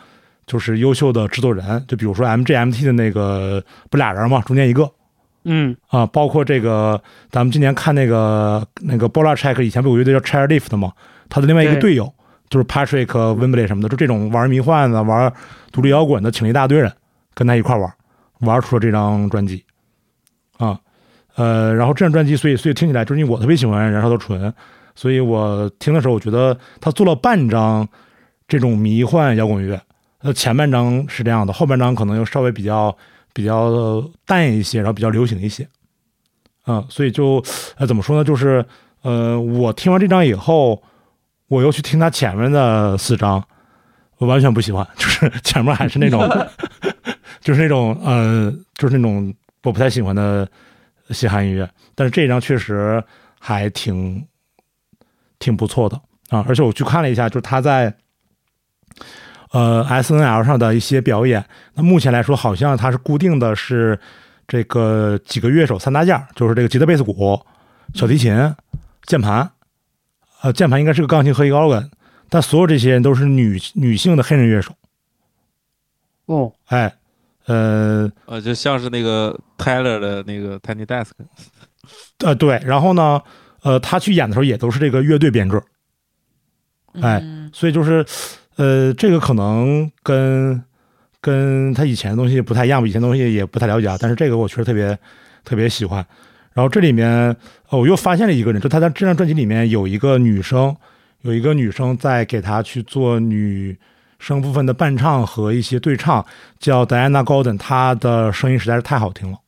就是优秀的制作人，就比如说 M G M T 的那个不俩人嘛，中间一个嗯啊，包括这个咱们今年看那个那个 Bolachek 以前不有乐队叫 Chairlift 的嘛，他的另外一个队友就是 Patrick Wembley 什么的，就这种玩迷幻的、玩独立摇滚的，请了一大堆人跟他一块玩，玩出了这张专辑啊。呃，然后这张专辑，所以所以听起来就是因为我特别喜欢燃烧的纯，所以我听的时候，我觉得他做了半张这种迷幻摇滚乐，呃，前半张是这样的，后半张可能又稍微比较比较淡一些，然后比较流行一些，啊、呃，所以就呃怎么说呢，就是呃，我听完这张以后，我又去听他前面的四张，我完全不喜欢，就是前面还是那种，就是那种呃，就是那种我不太喜欢的嘻哈音乐，但是这一张确实还挺挺不错的啊！而且我去看了一下，就是他在呃 S N L 上的一些表演，那目前来说好像他是固定的是这个几个乐手三大件，就是这个吉他、贝斯、鼓、小提琴、键盘，呃，键盘应该是个钢琴和一个 organ， 但所有这些人都是女女性的黑人乐手。 哦， 哎。呃呃，就像是那个 Tyler 的那个 Tiny Desk， 呃对，然后呢，呃，他去演的时候也都是这个乐队编制，哎， 嗯、 所以就是，呃，这个可能跟跟他以前的东西不太一样，以前的东西也不太了解啊，但是这个我确实特别特别喜欢。然后这里面，呃，我又发现了一个人，就他在这张专辑里面有一个女生，有一个女生在给他去做女声部分的伴唱和一些对唱，叫 Diana Golden， 她的声音实在是太好听了。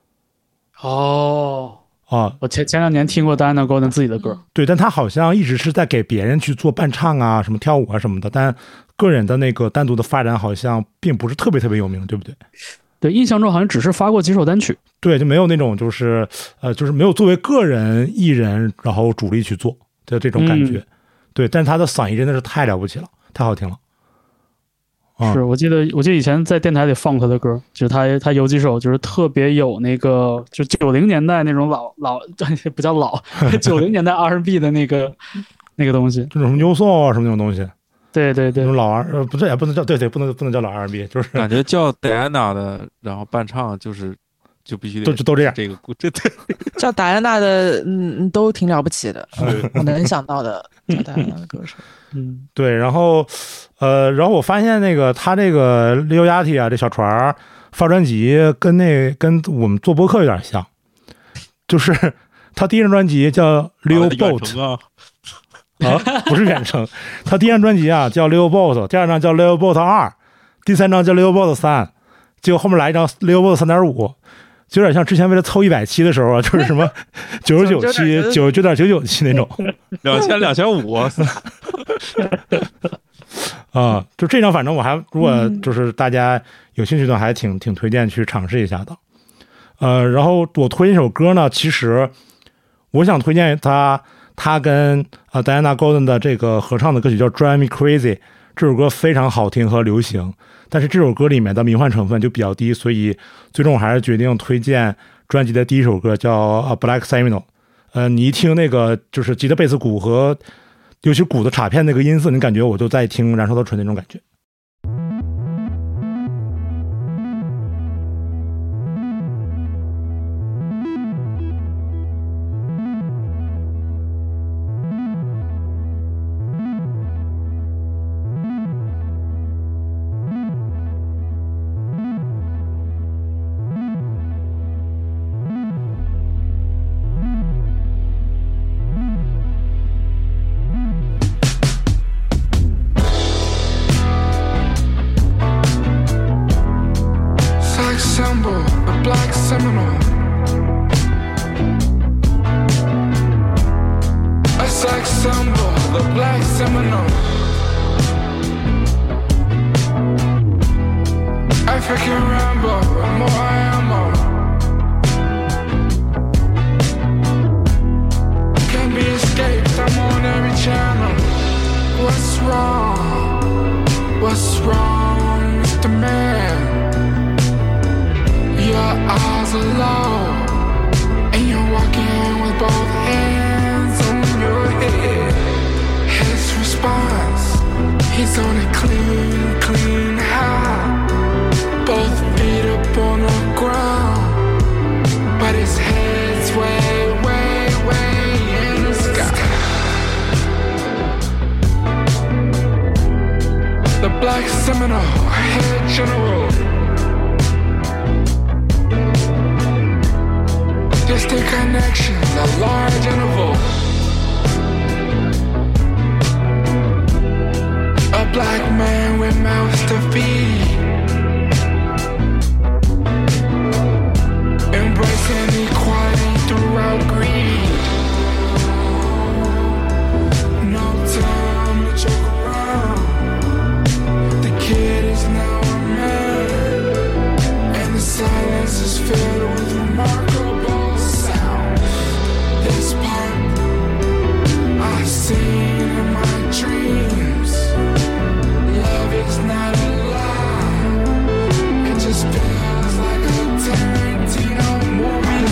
哦， 啊， 我前前两年听过 Diana Golden 自己的歌， 对，但她好像一直是在给别人去做伴唱啊、什么跳舞啊什么的，但个人的那个单独的发展好像并不是特别特别有名，对不对？ 对，印象中好像只是发过几首单曲， 对，就没有那种就是呃，就是没有作为个人艺人然后主力去做的这种感觉。嗯、对，但是她的嗓音真的是太了不起了，太好听了。 是我记得，我记得以前在电台里放他的歌，就是他他有几首就是特别有那个，就九零年代那种老老不叫老，九零年代 R and B 的那个那个东西， 这种什么 New Soul 啊什么那种东西。对对对， 那种老 R 呃不是也不能叫对对不能不能叫老 R and B， 就是感觉叫 Diana 的，然后伴唱就是就必须得都都这样， 这个这对叫戴安娜的嗯都挺了不起的，我能想到的叫戴安娜的歌手。 嗯，对，然后，呃，然后我发现那个他这个 Leo Yachty 啊，这小船发专辑跟那跟我们做播客有点像，就是他第一张专辑叫 Leo Boat 啊， 啊，不是远程，他第一张专辑啊叫 Leo Boat， 第二张叫 Leo Boat 二，第三张叫 Leo Boat 三，结果后面来一张 Leo Boat 三点五。就有点像之前为了凑一百期的时候啊，就是什么九十九期、九十九点九九期那种， 两千、两千五啊，就这张，反正我还如果就是大家有兴趣的，还挺挺推荐去尝试一下的。呃，然后我推荐一首歌呢，其实我想推荐他，他跟啊 Diana Golden 的这个合唱的歌曲叫《Drive Me Crazy》，这首歌非常好听和流行。但是这首歌里面的迷幻成分就比较低，所以最终我还是决定推荐专辑的第一首歌，叫《Black Seminole》。呃，你一听那个就是吉他、贝斯、鼓和尤其鼓的镲片那个音色，你感觉我就在听《燃烧的纯》那种感觉。 He's on a clean, clean house. head general. Distant connections, a large interval. A black man with mouths to feed. Embracing equality throughout greed. No time to joke around. The kid is now a man, and the silence is filled with remarkable sound. This part I've seen in my dreams. Love is not a lie. It just feels like a Tarantino movie.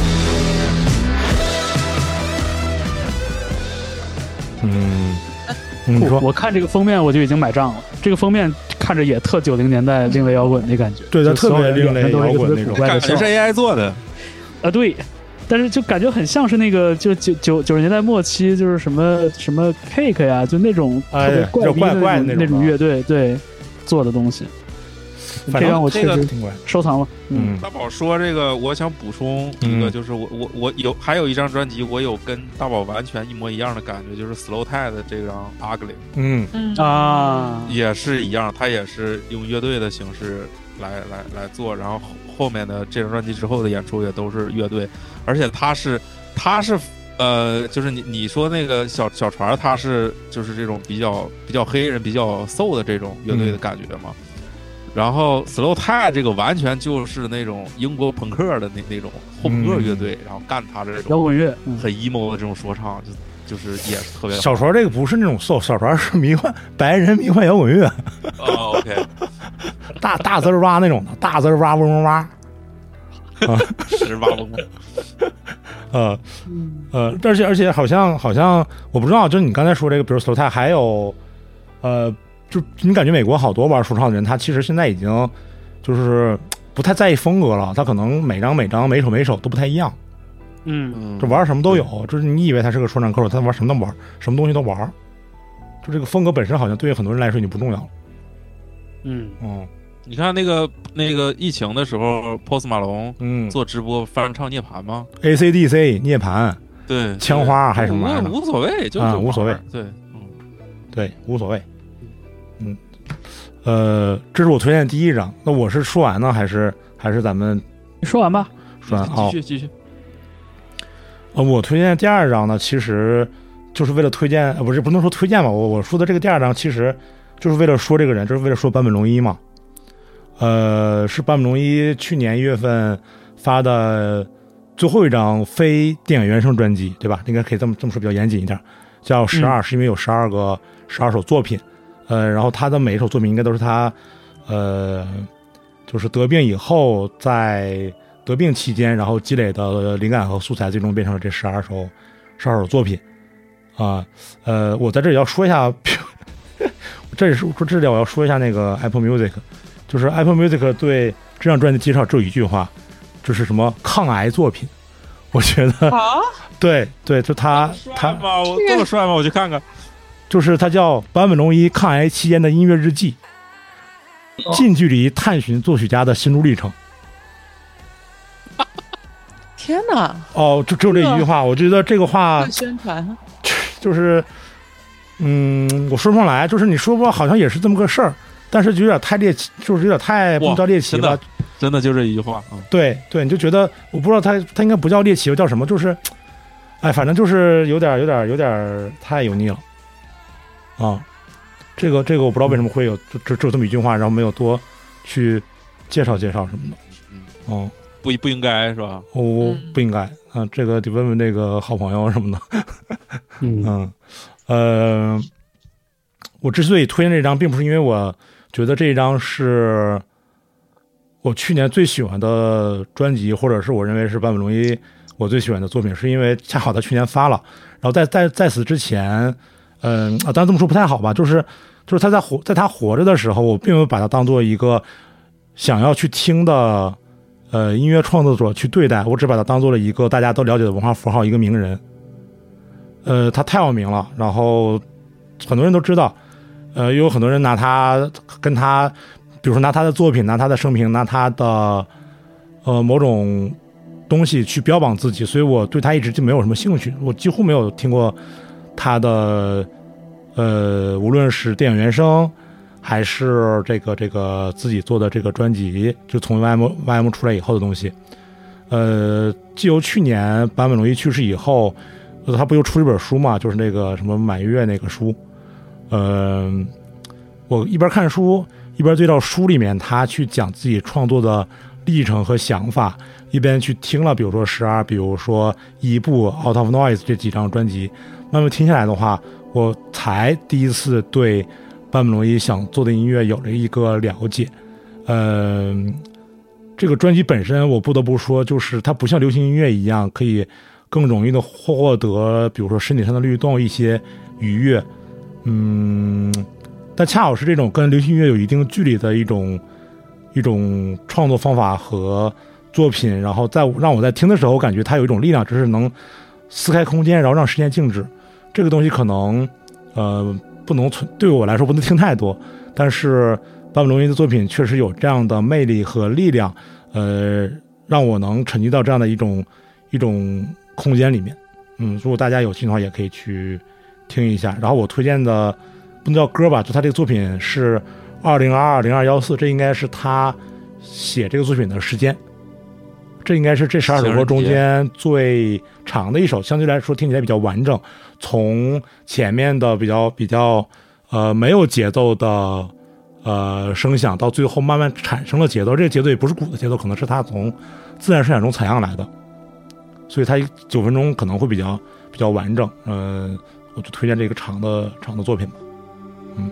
嗯，你说我看这个封面我就已经买账了，这个封面看着也特九零年代另类摇滚那感觉， 对，它特就所有别另类人脸上都是一个摇滚那种特别古怪的笑感觉是 A I 做的。 啊，对，但是就感觉很像是那个，就九九九十年代末期，就是什么什么 Cake 呀，就那种特别哎就怪怪逼的那怪的那种的种那种乐队对做的东西， 反正这让我确这个实挺怪。 收藏了。嗯， 嗯大宝说这个，我想补充一个， 嗯就是我我我有还有一张专辑，我有跟大宝完全一模一样的感觉，就是 Slow Tide 的这张 Ugly 嗯嗯啊， 也是一样，它也是用乐队的形式来来来做，然后后后面的这张专辑之后的演出也都是乐队，而且它是它是呃，就是你你说那个小小船，它是就是这种比较比较黑人、比较 soul 的这种乐队的感觉嘛。然后 Slow Tide 这个完全就是那种英国朋克的那那种后朋克乐队，然后干他这摇种滚乐，嗯很 emo 的这种说唱，就就是也是特别好小船这个不是那种 soul，小船是迷幻白人迷幻摇滚乐， 哦 OK 大大滋儿哇那种的，大滋儿哇嗡嗡哇。 十八公呃呃，而且而且好像好像我不知道，就是你刚才说这个，比如 Slow Tide，还有呃，就你感觉美国好多玩说唱的人，他其实现在已经就是不太在意风格了，他可能每张每张每首每首都不太一样， 嗯， 就玩什么都有，就是你以为他是个说唱歌手，他玩什么都玩，什么东西都玩，就这个风格本身好像对于很多人来说已经不重要了。 嗯嗯你看那个那个疫情的时候 ，Post 马龙嗯做直播翻唱涅槃吗？ ，A C D C 涅槃， 对， 枪花还是什么玩意儿的无无所谓，就就啊无所谓玩对，嗯， 对，无所谓。嗯，呃，这是我推荐的第一张。那我是说完呢，还是还是咱们你说完吧。 说完？哦继，续继续。 呃，我推荐的第二张呢，其实就是为了推荐，呃，不是不能说推荐吧，我我说的这个第二张，其实就是为了说这个人，就是为了说坂本龙一嘛。呃，是坂本龙一去年一月份发的最后一张非电影原声专辑，对吧？应该可以这么这么说，比较严谨一点，叫十二、嗯，是因为有十二个十二首作品。呃，然后他的每一首作品应该都是他，呃，就是得病以后在得病期间，然后积累的灵感和素材，最终变成了这十二首十二首作品。啊，呃，我在这里要说一下，这里是说这里我要说一下那个 Apple Music。就是 Apple Music 对这张专辑介绍只有一句话，就是什么抗癌作品。我觉得， 啊、 对对，就他他吗？我这么帅吗？我去看看。 就是他叫坂本龙一抗癌期间的音乐日记，近距离探寻作曲家的心路历程。 天哪！ 哦，就只有这一句话，我觉得这个话宣传就是，嗯，我说不上来，就是你说不好像也是这么个事儿。但是就有点太猎奇，就是有点太不叫猎奇了， 真的，真的就这一句话。嗯、 对对，你就觉得我不知道他他应该不叫猎奇，叫什么？就是，哎，反正就是有点有点有点太油腻了啊！这个这个我不知道为什么会有就只只有这么一句话，然后没有多去介绍介绍什么的。 嗯， 哦， 不不应该是吧？ 哦，不应该啊！这个得问问那个好朋友什么的。 嗯嗯呃，我之所以推荐这张，并不是因为我。觉得这一张是我去年最喜欢的专辑，或者是我认为是坂本龙一我最喜欢的作品，是因为恰好他去年发了，然后在在在此之前，嗯啊，当然这么说不太好吧，就是就是他在活在他活着的时候，我并没有把他当做一个想要去听的呃音乐创作者去对待，我只把他当做了一个大家都了解的文化符号，一个名人。呃，他太有名了，然后很多人都知道。呃，有很多人拿他跟他比如说拿他的作品，拿他的生平，拿他的呃某种东西去标榜自己，所以我对他一直就没有什么兴趣，我几乎没有听过他的呃，无论是电影原声还是这个这个自己做的这个专辑，就从 Y M Y M 出来以后的东西。呃，继由去年坂本龙一去世以后，呃他不又出了一本书嘛，就是那个什么满月那个书。呃，我一边看书一边对照书里面他去讲自己创作的历程和想法，一边去听了比如说十二，比如说一部 Out of Noise 这几张专辑，慢慢听下来的话，我才第一次对坂本龙一想做的音乐有了一个了解。嗯、呃，这个专辑本身我不得不说，就是它不像流行音乐一样可以更容易的获得比如说身体上的律动，一些愉悦。嗯，但恰好是这种跟流行音乐有一定距离的一种一种创作方法和作品，然后在让我在听的时候感觉它有一种力量，就是能撕开空间，然后让时间静止。这个东西可能呃不能存对我来说不能听太多，但是坂本龙一的作品确实有这样的魅力和力量，呃，让我能沉浸到这样的一种一种空间里面。嗯，如果大家有兴趣的话，也可以去听一下。然后我推荐的不能叫歌吧，就他这个作品是二零二二零二一四，这应该是他写这个作品的时间。这应该是这十二首歌中间最长的一首，相对来说听起来比较完整。从前面的比较比较呃没有节奏的呃声响，到最后慢慢产生了节奏，这个节奏也不是鼓的节奏，可能是它从自然声响中采样来的，所以它九分钟可能会比较比较完整。呃，我就推荐这个长的长的作品吧。嗯。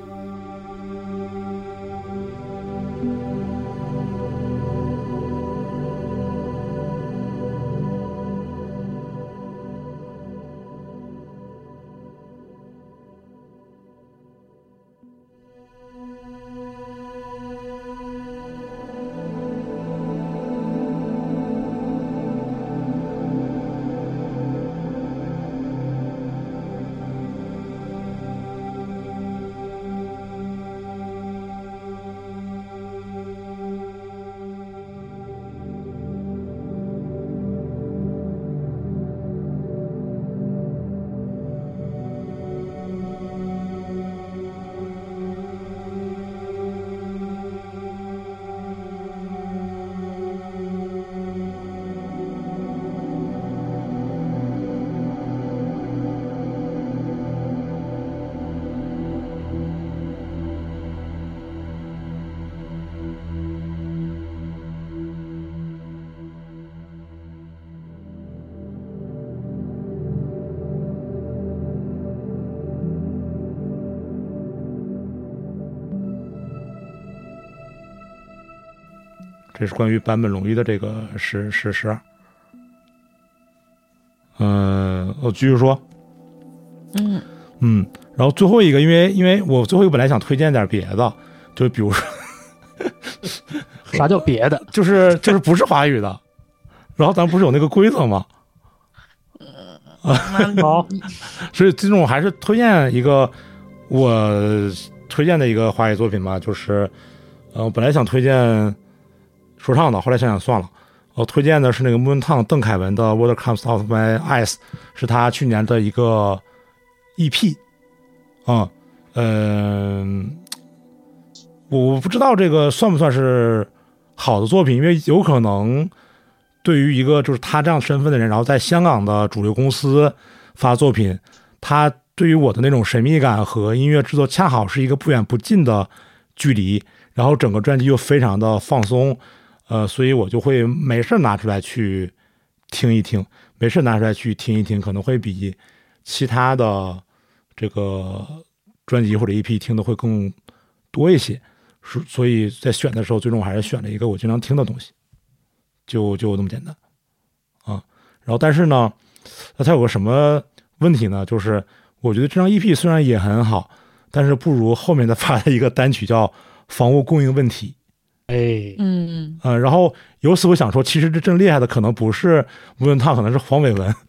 这是关于坂本龙一的这个十十十二。嗯，我继续说。 嗯嗯，然后最后一个，因为因为我最后一个本来想推荐点别的，就比如说， 啥叫别的？ 就是就是不是华语的。然后咱不是有那个规则吗？ 好， 所以这种还是推荐一个我推荐的一个华语作品吧，就是呃，我本来想推荐说唱的，后来想想算了，我推荐的是那个 Moontown 邓凯文的 Water Comes Out of My Eyes， 是他去年的一个 E P。啊、嗯，嗯，我不知道这个算不算是好的作品，因为有可能对于一个就是他这样身份的人，然后在香港的主流公司发作品，他对于我的那种神秘感和音乐制作恰好是一个不远不近的距离，然后整个专辑又非常的放松，呃，所以我就会没事拿出来去听一听，没事拿出来去听一听，可能会比其他的这个专辑或者 E P 听的会更多一些，所以在选的时候，最终我还是选了一个我经常听的东西，就就这么简单啊。然后，但是呢，那它有个什么问题呢？就是我觉得这张 E P 虽然也很好，但是不如后面的发的一个单曲叫《房屋供应问题》。 哎， 嗯呃，然后由此我想说，其实这真厉害的可能不是无论他，可能是黄伟文。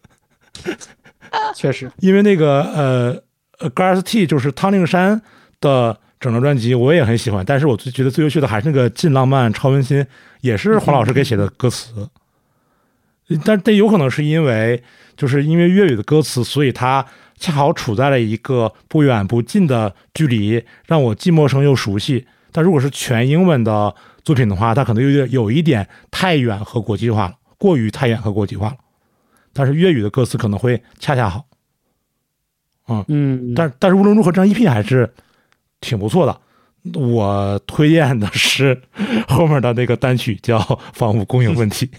确实， 因为那个呃呃 Gareth T 就是汤令山的整张专辑我也很喜欢，但是我最觉得最优秀的还是那个《劲浪漫超温馨》，也是黄老师给写的歌词。但这有可能是因为就是因为粤语的歌词，所以它恰好处在了一个不远不近的距离，让我既陌生又熟悉。但如果是全英文的作品的话，它可能有点有一点太远和国际化了，过于太远和国际化了。但是粤语的歌词可能会恰恰好。嗯嗯， 但但是无论如何，这张 E P 还是挺不错的。我推荐的是后面的那个单曲叫《房屋供应问题》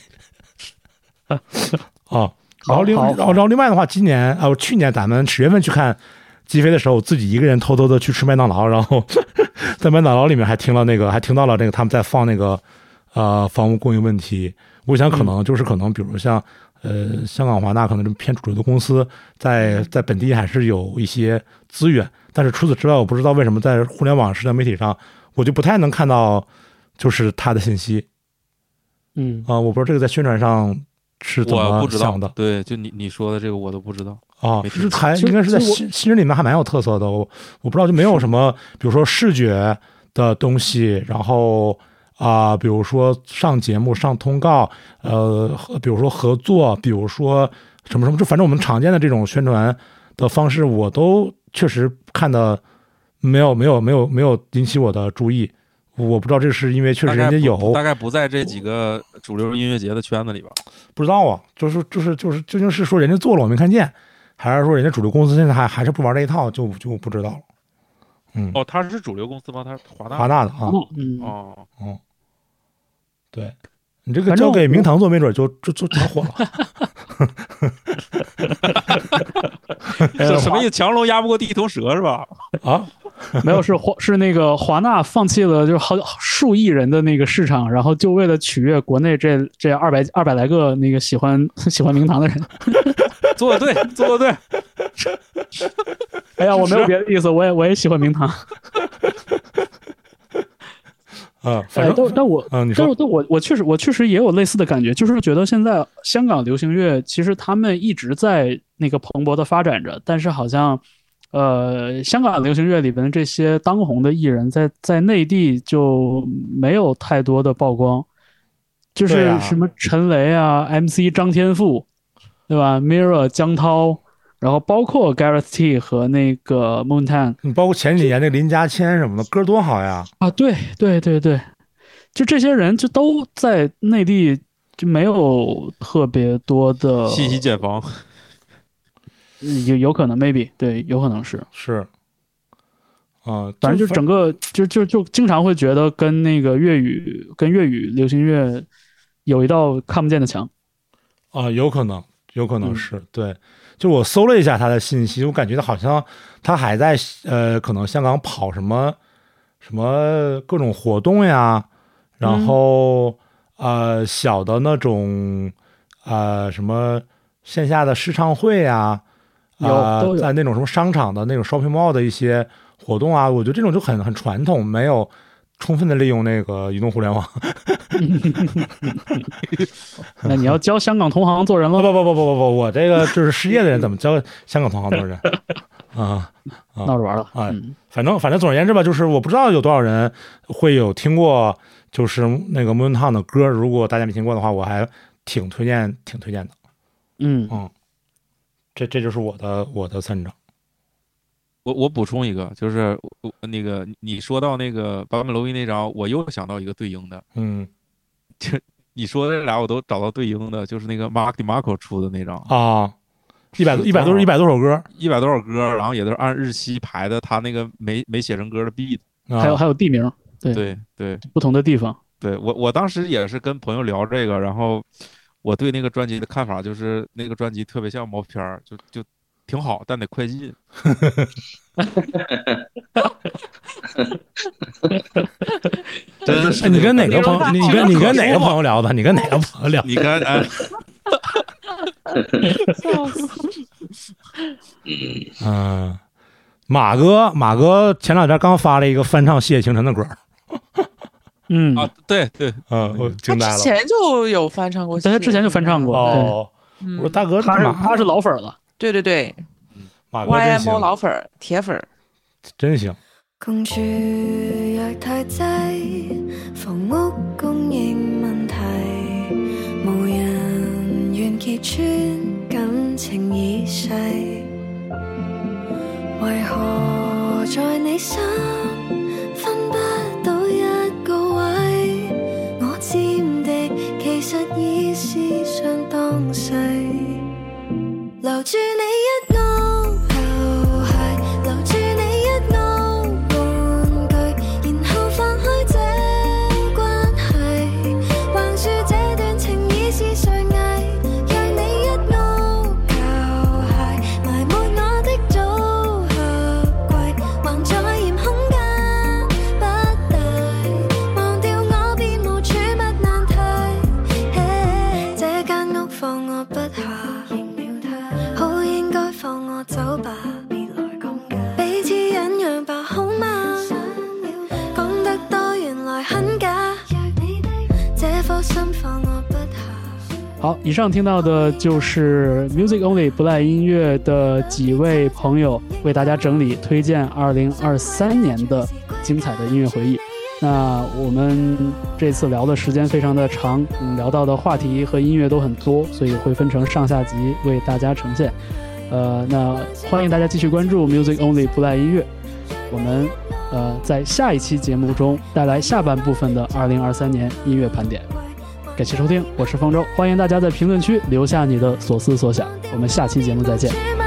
啊，然后另然后然后另外的话，今年啊，去年咱们十月份去看击飞的时候，我自己一个人偷偷的去吃麦当劳，然后在麦当劳里面还听了那个，还听到了那个他们在放那个呃房屋供应问题。我想可能就是可能，比如像呃香港华纳可能偏主流的公司，在在本地还是有一些资源，但是除此之外，我不知道为什么在互联网社交媒体上，我就不太能看到就是他的信息。 嗯啊、呃，我不知道这个在宣传上是怎么想的。 对，就你你说的这个我都不知道啊，就是还应该是在新新人里面还蛮有特色的。我我不知道就没有什么，比如说视觉的东西，然后啊、呃，比如说上节目、上通告，呃，比如说合作，比如说什么什么，就反正我们常见的这种宣传的方式，我都确实看的没有没有没有没有引起我的注意。我不知道这是因为确实人家有， 大概不在这几个主流音乐节的圈子里吧？ 不知道啊，就是就是就是究竟是说人家做了我没看见，还是说人家主流公司现在还还是不玩这一套，就就不知道了。嗯， 哦，他是主流公司吗？他是华纳华纳的啊， 嗯哦哦，对你这个交给明堂做，没准就就就就火了。 这什么意思？强龙压不过地头蛇是吧？ 啊。 没有，是华是那个华纳放弃了就是好数亿人的那个市场，然后就为了取悦国内这这二百二百来个那个喜欢喜欢明堂的人， 做的对，做的对。 哎呀，我没有别的意思，我也我也喜欢明堂。 啊，反正、 哎、但但我， 嗯、啊，你说， 但是但我我确实我确实也有类似的感觉，就是觉得现在香港流行乐其实他们一直在那个蓬勃的发展着，但是好像。呃，香港流行乐里边的这些当红的艺人在，在在内地就没有太多的曝光，就是什么陈雷啊、M C 张天赋，对吧 ？Mirror 江涛，然后包括 Gareth T 和那个 Moontan， 你包括前几年那个林家谦什么的，歌多好呀！ 啊，对对对对，就这些人就都在内地就没有特别多的信息茧房。 有有可能 maybe 对，有可能是是，啊、呃， 反正就整个就就就经常会觉得跟那个粤语跟粤语流行乐有一道看不见的墙啊、呃，有可能，有可能是、嗯、对。就我搜了一下他的信息，我感觉好像他还在呃，可能香港跑什么什么各种活动呀，然后、嗯、呃小的那种呃什么线下的试唱会呀。 有呃，在那种什么商场的那种 shopping mall 的一些活动啊，我觉得这种就很很传统，没有充分的利用那个移动互联网。 那你要教香港同行做人了？ 不不不不不不，我这个就是失业的人，怎么教香港同行做人啊？啊闹着玩了啊！反正反正总而言之吧，就是我不知道有多少人会有听过，就是那个 Moontown 的歌，如果大家没听过的话，我还挺推荐，挺推荐的。 嗯嗯。这这就是我的我的三张。 我我补充一个，就是我那个你说到那个坂本龙一那张，我又想到一个对应的， 嗯， 就你说的这俩我都找到对应的，就是那个 Mark DeMarco 出的那张啊，一百多一百多一百多首歌， 一百多首歌，然后也都是按日期排的，他那个没没写成歌的 beat，、 啊、还有还有地名，对对对， 不同的地方。 对我我当时也是跟朋友聊这个，然后。我对那个专辑的看法就是，那个专辑特别像毛片儿，就就挺好，但得快进。真的是、 你跟哪个朋友？你跟你跟哪个朋友聊的？你跟哪个朋友聊？ 你跟哎， 笑死！ 嗯，马哥，马哥前两天刚发了一个翻唱《谢谢清晨》的歌。 嗯啊，对对， 嗯，我惊呆了。 他之前就有翻唱过， 他之前就翻唱过。 哦，我说大哥， 他是他是老粉了。 对对对， 马哥真行， Y M O 老粉铁粉， 真行。 共住若太擠，房屋供應問題，無人願揭穿感情已逝，為何在你心分不到一個位？我佔地其實已是相當細，留住你一屋舊鞋，留住你一屋玩具，然後放開這關係，橫豎這段情已是誰偽？讓你一屋舊鞋埋沒我的組合櫃，還在嫌空間不大，忘掉我便無處不難題。這間屋放我不下，好應該放我走吧，彼此忍讓吧，好嗎？講得多原來很假，這顆心放我不下。 好，以上聽到的就是 Music Only 不賴音樂的幾位朋友為大家整理推薦二零二三年的精彩的音樂回憶。那我們這次聊的時間非常的長，嗯，聊到的話題和音樂都很多，所以會分成上下集為大家呈現。呃，那歡迎大家繼續關注 Music Only 不賴音樂，我們呃在下一期節目中帶來下半部分的二零二三年音樂盤點。感謝收聽，我是方舟，歡迎大家在評論區留下你的所思所想，我們下期節目再見。